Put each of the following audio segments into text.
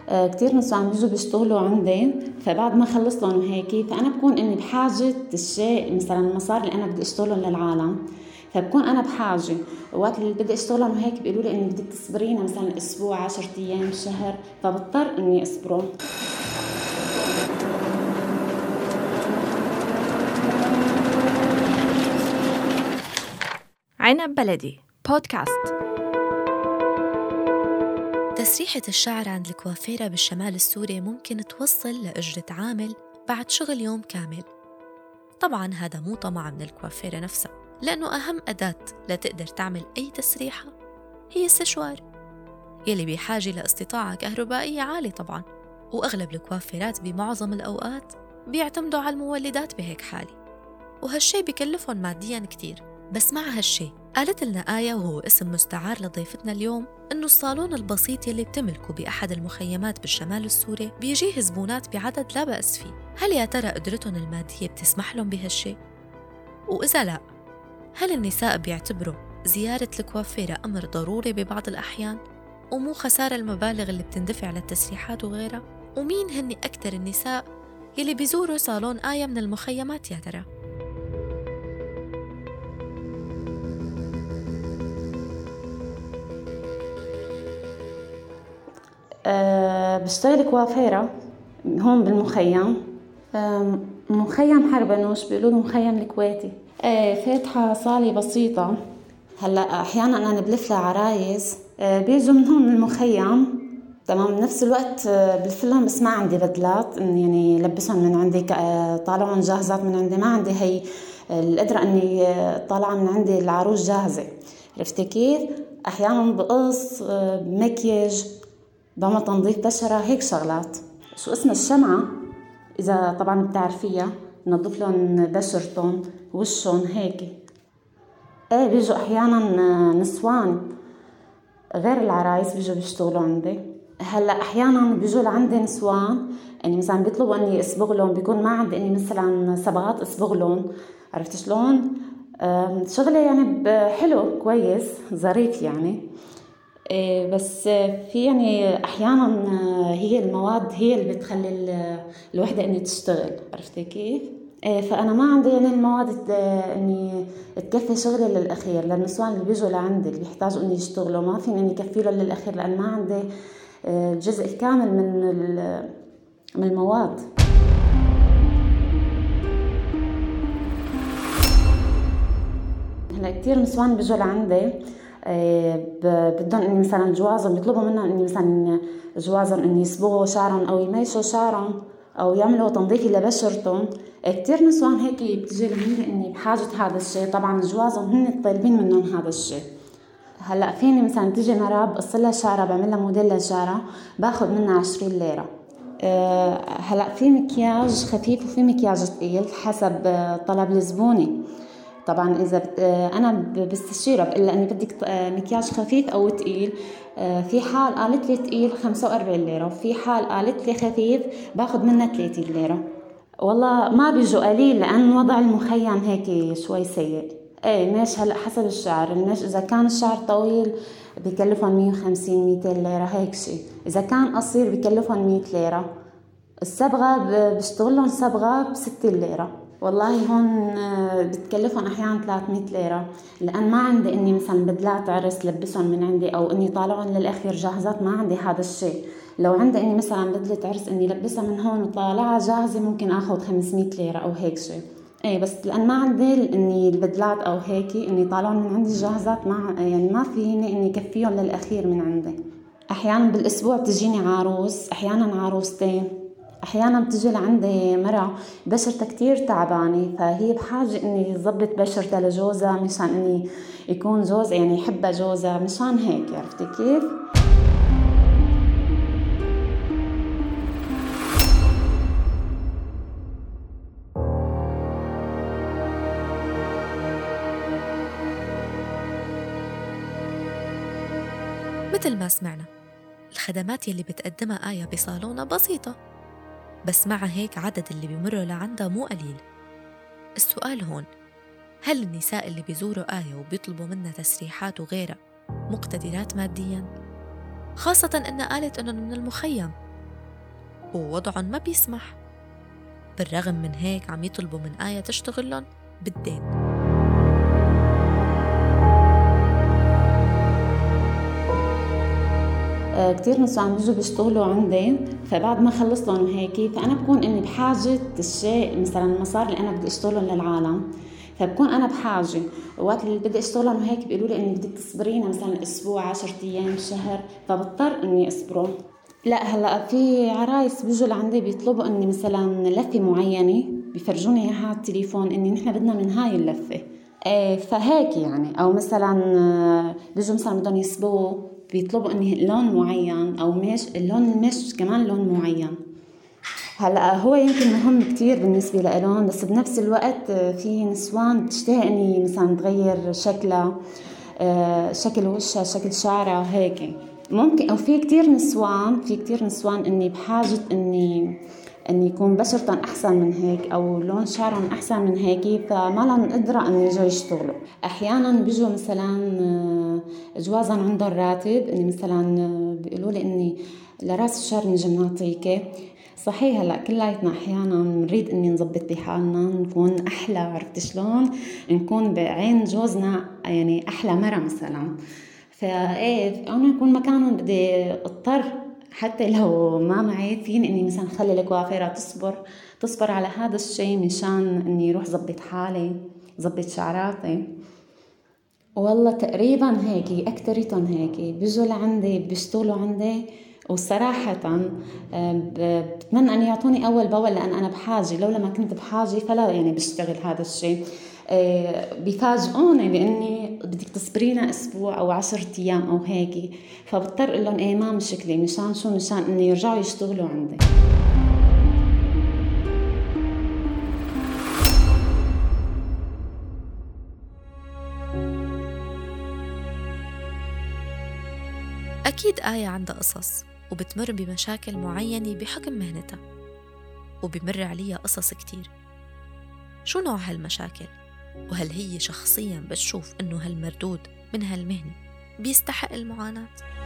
كتير نسوان بيجوا بيشتغلوا عندي، فبعد ما خلص لهم وهيك فأنا بكون إني بحاجة الشيء، مثلا المصاري اللي أنا بدي أشتغلهم للعالم، فبكون أنا بحاجة. وقت اللي بدي أشتغلهم وهيك بيقولوا لي إني بدك تصبرينا مثلا أسبوع، 10 أيام، شهر، فبضطر إني أصبره. عنب بلدي بودكاست. تسريحة الشعر عند الكوافيرة بالشمال السوري ممكن توصل لأجرة عامل بعد شغل يوم كامل. طبعاً هذا مو طمع من الكوافيرة نفسها، لأنه أهم أداة لتقدر تعمل أي تسريحة هي السشوار، يلي بحاجة لاستطاعة كهربائية عالية طبعاً. وأغلب الكوافيرات بمعظم الأوقات بيعتمدوا على المولدات بهيك حالة، وهالشي بيكلفهم مادياً كتير. بس مع هالشي قالت لنا آية، وهو اسم مستعار لضيفتنا اليوم، إنه الصالون البسيط يلي بتملكه بأحد المخيمات بالشمال السوري بيجيه زبونات بعدد لا بأس فيه. هل يا ترى قدرتهم المادية بتسمح لهم بهالشي؟ وإذا لا، هل النساء بيعتبروا زيارة الكوافيرة أمر ضروري ببعض الأحيان ومو خسارة المبالغ اللي بتندفع للتسريحات وغيرها؟ ومين هن أكتر النساء يلي بيزوروا صالون آية من المخيمات يا ترى؟ بشتغل كوافيرة هون بالمخيم، مخيم حربنوش، بيقولوا له مخيم الكويتي. فاتحة صالة بسيطة. هلا احيانا انا بلف لعرايس بيجوا من هون من المخيم، تمام. بنفس الوقت بلف لهم، بس ما عندي بدلات يعني لبسهم من عندي، طالعهم جاهزات من عندي، ما عندي هي القدرة اني طالعة من عندي العروس جاهزة، عرفتي كيف؟ احيانا بقص بمكياج، بعمل تنظيف بشرة، هيك شغلات. شو اسمها الشمعة، إذا طبعاً بتعرفيها، نظف لهم بشرتهم وشهم هيك. بيجوا أحياناً نسوان غير العرايس بيجوا بيشتغلوا عندي. هلأ أحياناً بيجوا لعندي نسوان، يعني مثلاً بيطلبوا إني أصبغ لهم، بيكون ما عندي إني مثلاً صبغات أصبغ لهم، عرفت شلون؟ شغلي يعني حلو كويس ظريف يعني. بس في يعني أحياناً هي المواد هي اللي بتخلي الوحدة إني تشتغل، عرفتي كيف؟ فأنا ما عندي يعني المواد إني تكفي شغلي للأخير. للنسوان اللي بيجوا لعندي اللي بيحتاجوا إني يشتغلوا، ما فيني إني كفي لهم للأخير، لأن ما عندي الجزء الكامل من المواد. هلا كتير نسوان بيجوا لعندي بدهم اني مثلا جوازهم، بيطلبوا منهم اني مثلا جوازهم اني يصبغوا شعرهم او يميشوا شعرهم او يعملوا تنظيف لبشرتهم. كتير نسوان هيك بتجي لعندي اني بحاجة هذا الشيء. طبعا جوازهم هن طالبين منهم هذا الشيء. هلا فيني مثلا تيجي مرة بقصلها شعرها، بعملها موديل لشعرها، باخذ منها 20 ليرة. هلا في مكياج خفيف وفي مكياج ثقيل حسب طلب الزبوني. طبعا اذا انا بستشيرها بقول لها اني بدك مكياج خفيف او ثقيل. في حال قالت لي ثقيل 45 ليره، وفي حال قالت لي خفيف باخذ منها 30 ليره. والله ما بيجوا قليل لان وضع المخيم هيك شوي سيء. ماشي. هلا حسب الشعر، الماش اذا كان الشعر طويل بكلفهم 150 200 ليره هيك شيء، اذا كان قصير بكلفهم 100 ليره. الصبغه بشتغلهم صبغه ب60 ليره. والله هون بتكلفهم احيانا 300 ليره، لان ما عندي اني مثلا بدلات عرس لبسهم من عندي او اني طالعهم للاخير جاهزات، ما عندي هذا الشيء. لو عندي اني مثلا بدله عرس اني لبسها من هون وطالعها جاهزه ممكن اخذ 500 ليره او هيك شيء. بس لان ما عندي اني البدلات او هيك اني طالعهم من عندي جاهزات، ما يعني ما فيني اني كفيهم للاخير من عندي. احيانا بالاسبوع بتجيني عروس، احيانا عروستين، احيانا بتجي لعندي مرة بشرتها كتير تعبانة، فهي بحاجة اني يضبط بشرتها لجوزها مشان اني يكون جوز يعني يحبها جوزها، مشان هيك، عرفتي كيف؟ مثل ما سمعنا، الخدمات يلي بتقدمها آية بصالونها بسيطة، بس مع هيك عدد اللي بيمروا لعندها مو قليل. السؤال هون، هل النساء اللي بيزوروا آية وبيطلبوا منها تسريحات وغيرها مقتدرات مادياً؟ خاصة إنها قالت إنه من المخيم، ووضعهم ما بيسمح. بالرغم من هيك عم يطلبوا من آية تشتغلهم بالدين. كتير نسوان بيجوا بيشتغلوا عندي، فبعد ما خلص لهم وهيك فأنا بكون إني بحاجة الشيء، مثلا المصاري اللي أنا بدي أشتغلهم للعالم، فبكون أنا بحاجة. وقت اللي بدي أشتغلهم وهيك بيقولوا لي إني بدك تصبرينا مثلا أسبوع، 10 أيام، شهر، فبضطر إني أصبره. لا هلا في عرايس بيجوا لعندي بيطلبوا إني مثلا لفة معينة، بيفرجوني إياها على التليفون إني نحن بدنا من هاي اللفة، فهيك يعني. أو مثلا بيجوا مثلا بدهم يسبوا، بيطلبوا إني لون معين، أو اللون المش كمان لون معين. هلا هو يمكن مهم كتير بالنسبة لإلهم، بس بنفس الوقت في نسوان بتشتهي إني مثلا تغير شكلها، شكل وشها، شكل شعرها هيك ممكن. أو في كتير نسوان إني بحاجة إني يكون بشرتهم أحسن من هيك، أو لون شعرهم أحسن من هيك، فما لهم قدرة إني يجوا يشتغلوا. أحياناً بيجوا مثلاً جوازاً عندهم راتب، إني مثلاً بيقولوا لي إني لراس الشهر نيجي نعطيكي. صحيح هلا كلياتنا أحياناً نريد إني نظبط بحالنا، نكون أحلى، عرفت شلون؟ نكون بعين جوزنا يعني أحلى مرة مثلاً. فإيه أنا أكون مكانهم بدي اضطر، حتى لو ما معي فين إني مثلا خلي الكوافيرة تصبر على هذا الشيء مشان إني روح زبط حالي، زبط شعراتي. والله تقريبا هيك أكتريتهم هيك بيجوا لعندي بيشتغلوا عندي، وصراحة بتمنى أن يعطوني أول بأول، لأن أنا بحاجة. لو لما كنت بحاجة فلا يعني بشتغل هذا الشيء. بيفاجئوني بإني بدك تصبرينا أسبوع أو 10 أيام أو هيك، فبضطر أقول لهم ما مشكلة، مشان شو؟ مشان إني يرجعوا يشتغلوا عندي. أكيد آية عندها قصص وبتمر بمشاكل معينة بحكم مهنتها، وبمر عليها قصص كتير. شو نوع هالمشاكل؟ وهل هي شخصياً بتشوف إنه هالمردود من هالمهنة بيستحق المعاناة؟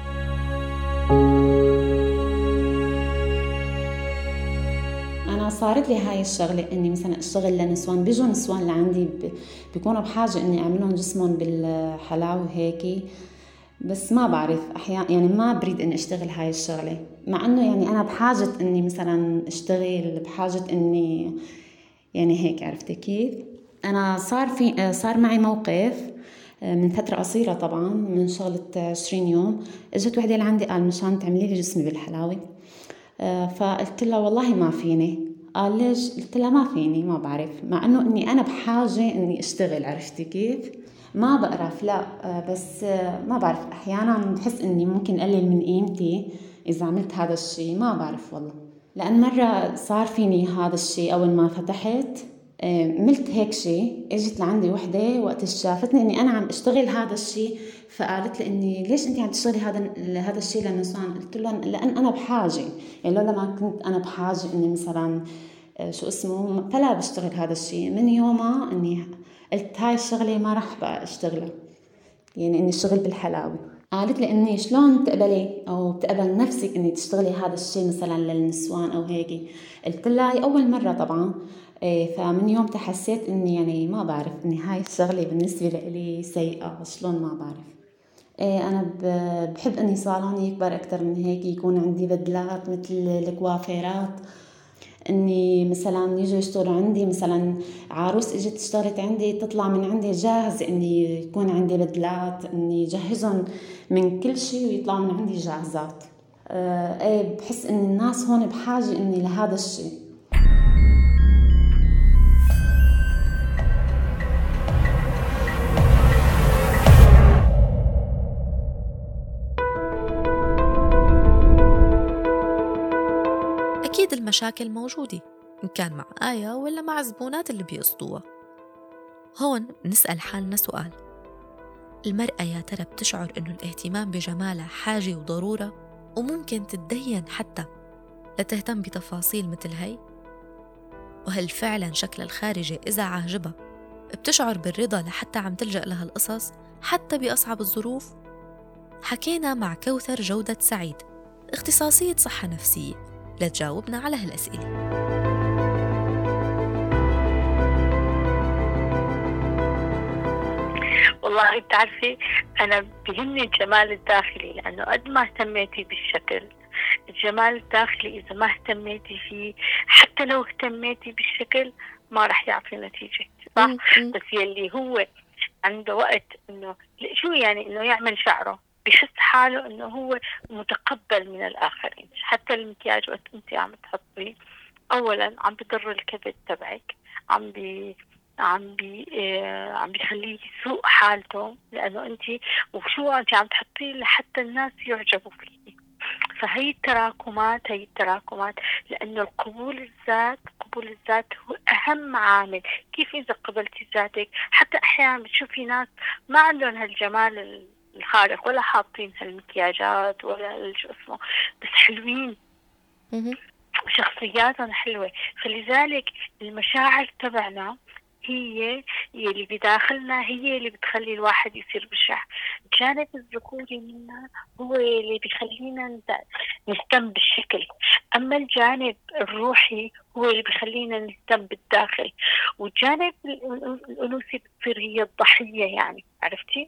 أنا صارت لي هاي الشغلة إني مثلا أشتغل لنسوان، بيجوا نسوان لعندي بيكونوا بحاجة إني أعملهم جسمهم بالحلاوة هيك، بس ما بعرف أحيانا يعني ما بريد إني أشتغل هاي الشغلة، مع إنه يعني أنا بحاجة إني مثلا أشتغل، بحاجة إني يعني هيك، عرفتي كيف؟ أنا صار معي موقف من فترة قصيرة طبعا، من شغلة 20 يوم. اجت وحدة لعندي قال مشان تعملي لي جسمي بالحلاوة، فقلت لها والله ما فيني. قال ليش؟ قلت لها ما فيني، ما بعرف، مع انه اني انا بحاجة اني اشتغل، عرفتي كيف؟ ما بقرف لا، بس ما بعرف، احيانا بحس اني ممكن اقلل من قيمتي اذا عملت هذا الشيء، ما بعرف والله. لان مرة صار فيني هذا الشيء اول ما فتحت، عملت هيك شيء. اجت لعندي وحده وقت شافتني اني انا عم اشتغل هذا الشيء، فقالت لي اني ليش انت عم تشتغلي هذا الشيء للنسوان؟ قلت لهم لان انا بحاجه، يعني لو لما كنت انا بحاجه اني مثلا شو اسمه فلا بشتغل هذا الشيء. من يومها اني قلت هاي الشغله ما راح بقى اشتغلها، يعني اني اشتغل بالحلاوه. قالت لي اني شلون تقبلي او تقبل نفسك اني تشتغلي هذا الشيء مثلا للنسوان او هيك؟ قلت لها هي اول مره طبعا. فمن يوم حسيت اني يعني ما بعرف اني هاي الشغله بالنسبه لي سيئه، شلون ما بعرف. انا بحب اني صالوني يكبر اكثر من هيك، يكون عندي بدلات مثل الكوافيرات، اني مثلا يجوا يشتغلوا عندي، مثلا عروس اجت اشتغلت عندي تطلع من عندي جاهزه، اني يكون عندي بدلات، اني جهزهم من كل شيء ويطلعوا من عندي جاهزات. بحس ان الناس هون بحاجه اني لهذا الشيء. أكيد المشاكل موجودة، إن كان مع آية ولا مع زبونات اللي بيقصدوها. هون نسأل حالنا سؤال: المرأة يا ترى بتشعر إنه الاهتمام بجمالها حاجة وضرورة، وممكن تتدين حتى لتهتم بتفاصيل مثل هاي؟ وهل فعلا شكل الخارجي إذا عاجبها بتشعر بالرضا لحتى عم تلجأ لها القصص حتى بأصعب الظروف؟ حكينا مع كوثر جودة سعيد، اختصاصية صحة نفسية، لتجاوبنا على هالأسئلة. والله بتعرفي أنا بيهمني الجمال الداخلي، لأنه قد ما اهتميتي بالشكل، الجمال الداخلي إذا ما اهتميتي فيه، حتى لو اهتميتي بالشكل ما رح يعطي نتيجة، صح؟ بس يلي هو عنده وقت إنه شو يعني إنه يعمل شعره، بحس حاله إنه هو متقبل من الآخرين. حتى المكياج وقت أنت عم تحطيه أولا عم بضر الكبد تبعك، عم بيخليه يسوء حالته، لأنه أنت وشو أنت عم تحطيه لحتى الناس يعجبوا فيه. فهي التراكمات لأنه قبول الذات هو أهم عامل. كيف إذا قبلتي ذاتك، حتى أحيانا بتشوفي ناس ما عندهم هالجمال الخارق ولا حاطين هالمكياجات ولا شو اسمه، بس حلوين شخصياتهم حلوة. فلذلك المشاعر تبعنا هي اللي بداخلنا، هي اللي بتخلي الواحد يصير بشع. الجانب الذكوري منا هو اللي بيخلينا نهتم بالشكل، أما الجانب الروحي هو اللي بيخلينا نهتم بالداخل. والجانب الأنوثي بتصير هي الضحية، يعني عرفتي؟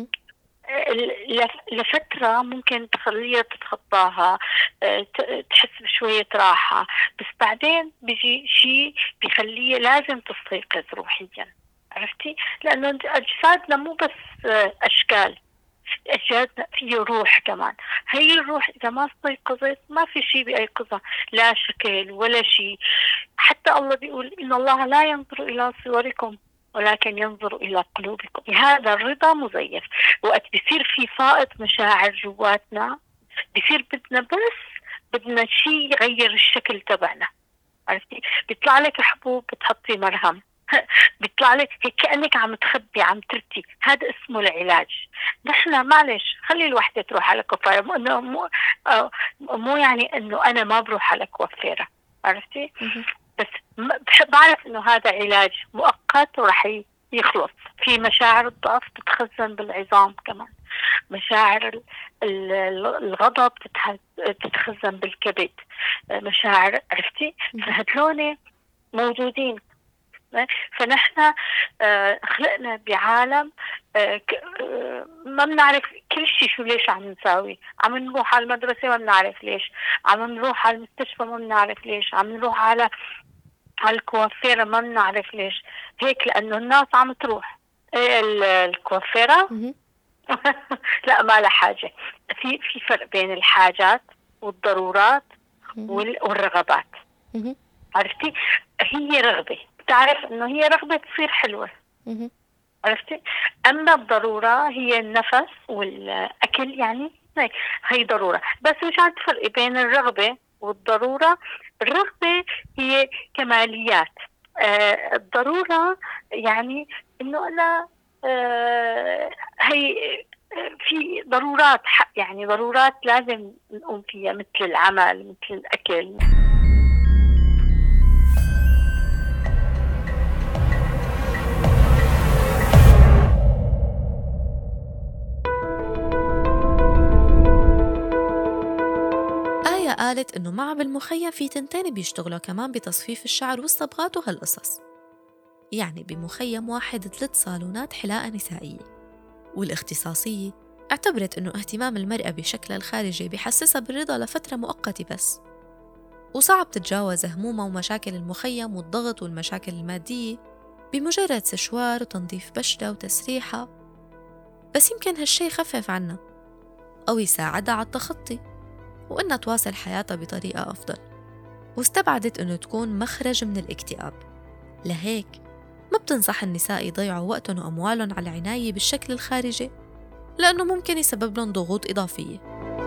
لفترة ممكن تخليها تتخطاها، تحس بشوية راحة، بس بعدين بيجي شيء بيخليها لازم تستيقظ روحيا، عرفتي؟ لأنه أجسادنا مو بس أشكال، أجسادنا فيه روح كمان. هي الروح إذا ما استيقظت ما في شيء بيأيقظها، لا شكل ولا شيء. حتى الله بيقول إن الله لا ينظر إلى صوركم ولكن ينظر إلى قلوبكم. هذا الرضا مزيف. وقت بيصير في فائض مشاعر جواتنا، بيصير بدنا شيء يغير الشكل تبعنا، عرفتي؟ بيطلع لك حبوب بتحطي مرهم بيطلع لك هيك كأنك عم تخبي، عم ترتي. هذا اسمه العلاج. نحن معلش خلي الوحدة تروح على كوافيرة، مو يعني انه انا ما بروح على كوافيرة، عرفتي؟ بس بحب أعرف إنه هذا علاج مؤقت ورح يخلص. في مشاعر الضعف تتخزن بالعظام كمان، مشاعر الغضب تتخزن بالكبد، مشاعر، عرفتي؟ فهدلون موجودين. فنحن خلقنا بعالم ما بنعرف كل شيء. شو ليش عم نساوي؟ عم نروح على المدرسة ما بنعرف ليش، عم نروح على المستشفى ما بنعرف ليش، عم نروح على الكوافيرة ما بنعرف ليش. هيك لأنه الناس عم تروح الكوافيرة لا ما لها حاجة. في فرق بين الحاجات والضرورات والرغبات، عرفتي؟ هي رغبة، بتعرف إنه هي رغبة تصير حلوة، عرفتي؟ أما الضرورة هي النفس والأكل، يعني هي ضرورة. بس مش عم تفرق بين الرغبة والضرورة. الرغبة هي كماليات، الضرورة يعني إنه أنا هي في ضرورات، يعني ضرورات لازم نقوم فيها، مثل العمل، مثل الأكل. قالت إنه معها بالمخيم في تنتين بيشتغلوا كمان بتصفيف الشعر والصبغات وهالقصص. يعني بمخيم واحد 3 صالونات حلاقة نسائية. والاختصاصية اعتبرت إنه اهتمام المرأة بشكلها الخارجي بيحسسها بالرضا لفترة مؤقتة بس، وصعب تتجاوز همومها ومشاكل المخيم والضغط والمشاكل المادية بمجرد سشوار وتنظيف بشرة وتسريحة. بس يمكن هالشي يخفف عنها أو يساعدها على التخطي وإنها تواصل حياتها بطريقة أفضل. واستبعدت إنه تكون مخرج من الاكتئاب. لهيك ما بتنصح النساء يضيعوا وقتهم وأموالهم على العناية بالشكل الخارجي، لأنه ممكن يسبب لهم ضغوط إضافية.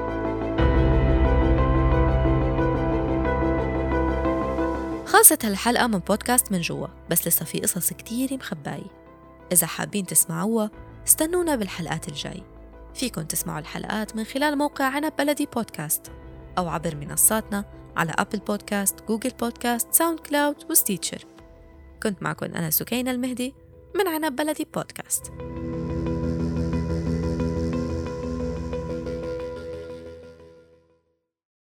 خلصت هالحلقة من بودكاست من جوا، بس لسه في قصص كتير مخباية. إذا حابين تسمعوها استنونا بالحلقات الجاي. فيكن تسمعوا الحلقات من خلال موقع عنب بلدي بودكاست أو عبر منصاتنا على أبل بودكاست، جوجل بودكاست، ساوند كلاود وستيتشر. كنت معكم أنا سكينة المهدي من عنب بلدي بودكاست.